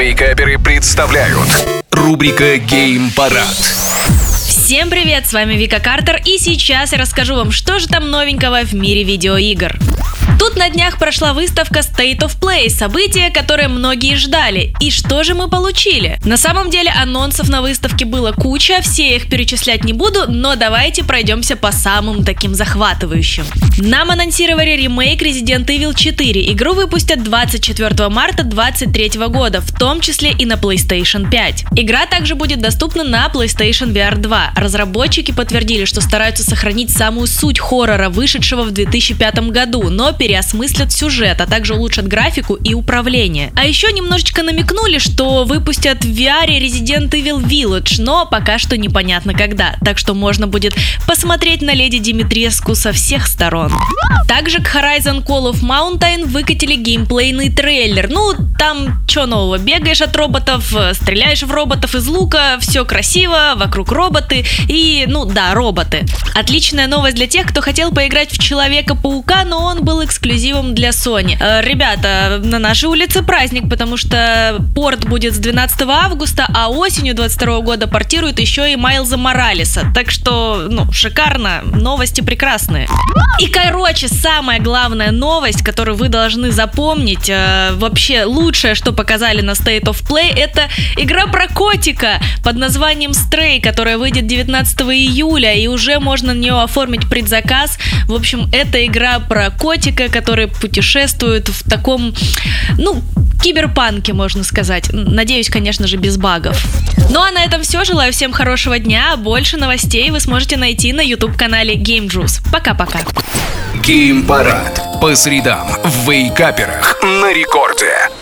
Вейкаперы представляют рубрика «Геймпарад». Всем привет, с вами Вика Картер, и сейчас я расскажу вам, что же там новенького в мире видеоигр. Тут на днях прошла выставка State of Play, событие, которое многие ждали. И что же мы получили? На самом деле анонсов на выставке было куча, все их перечислять не буду, но давайте пройдемся по самым таким захватывающим. Нам анонсировали ремейк Resident Evil 4. Игру выпустят 24 марта 2023 года, в том числе и на PlayStation 5. Игра также будет доступна на PlayStation VR 2. Разработчики подтвердили, что стараются сохранить самую суть хоррора, вышедшего в 2005 году, но переосмыслят сюжет, а также улучшат графику и управление. А еще немножечко намекнули, что выпустят в VR Resident Evil Village, но пока что непонятно когда, так что можно будет посмотреть на леди Димитреску со всех сторон. Также к Horizon Call of Mountain выкатили геймплейный трейлер. Ну, там что нового? Бегаешь от роботов, стреляешь в роботов из лука, все красиво, вокруг роботы и, роботы. Отличная новость для тех, кто хотел поиграть в Человека-паука, но он был эксклюзивом для Sony. Ребята, на нашей улице праздник, потому что порт будет с 12 августа, а осенью 22 года портируют еще и Майлза Моралеса. Так что, шикарно, новости прекрасные. И, самая главная новость, которую вы должны запомнить, вообще лучшее, что показали на State of Play, это игра про котика под названием Stray, которая выйдет 19 июля, и уже можно на нее оформить предзаказ. В общем, это игра про котика, который путешествует в таком, киберпанке, можно сказать. Надеюсь, конечно же, без багов. Ну а на этом все. Желаю всем хорошего дня. Больше новостей вы сможете найти на YouTube-канале Game Juice. Пока-пока. Геймпарад. По средам в Вейкаперах на рекорде.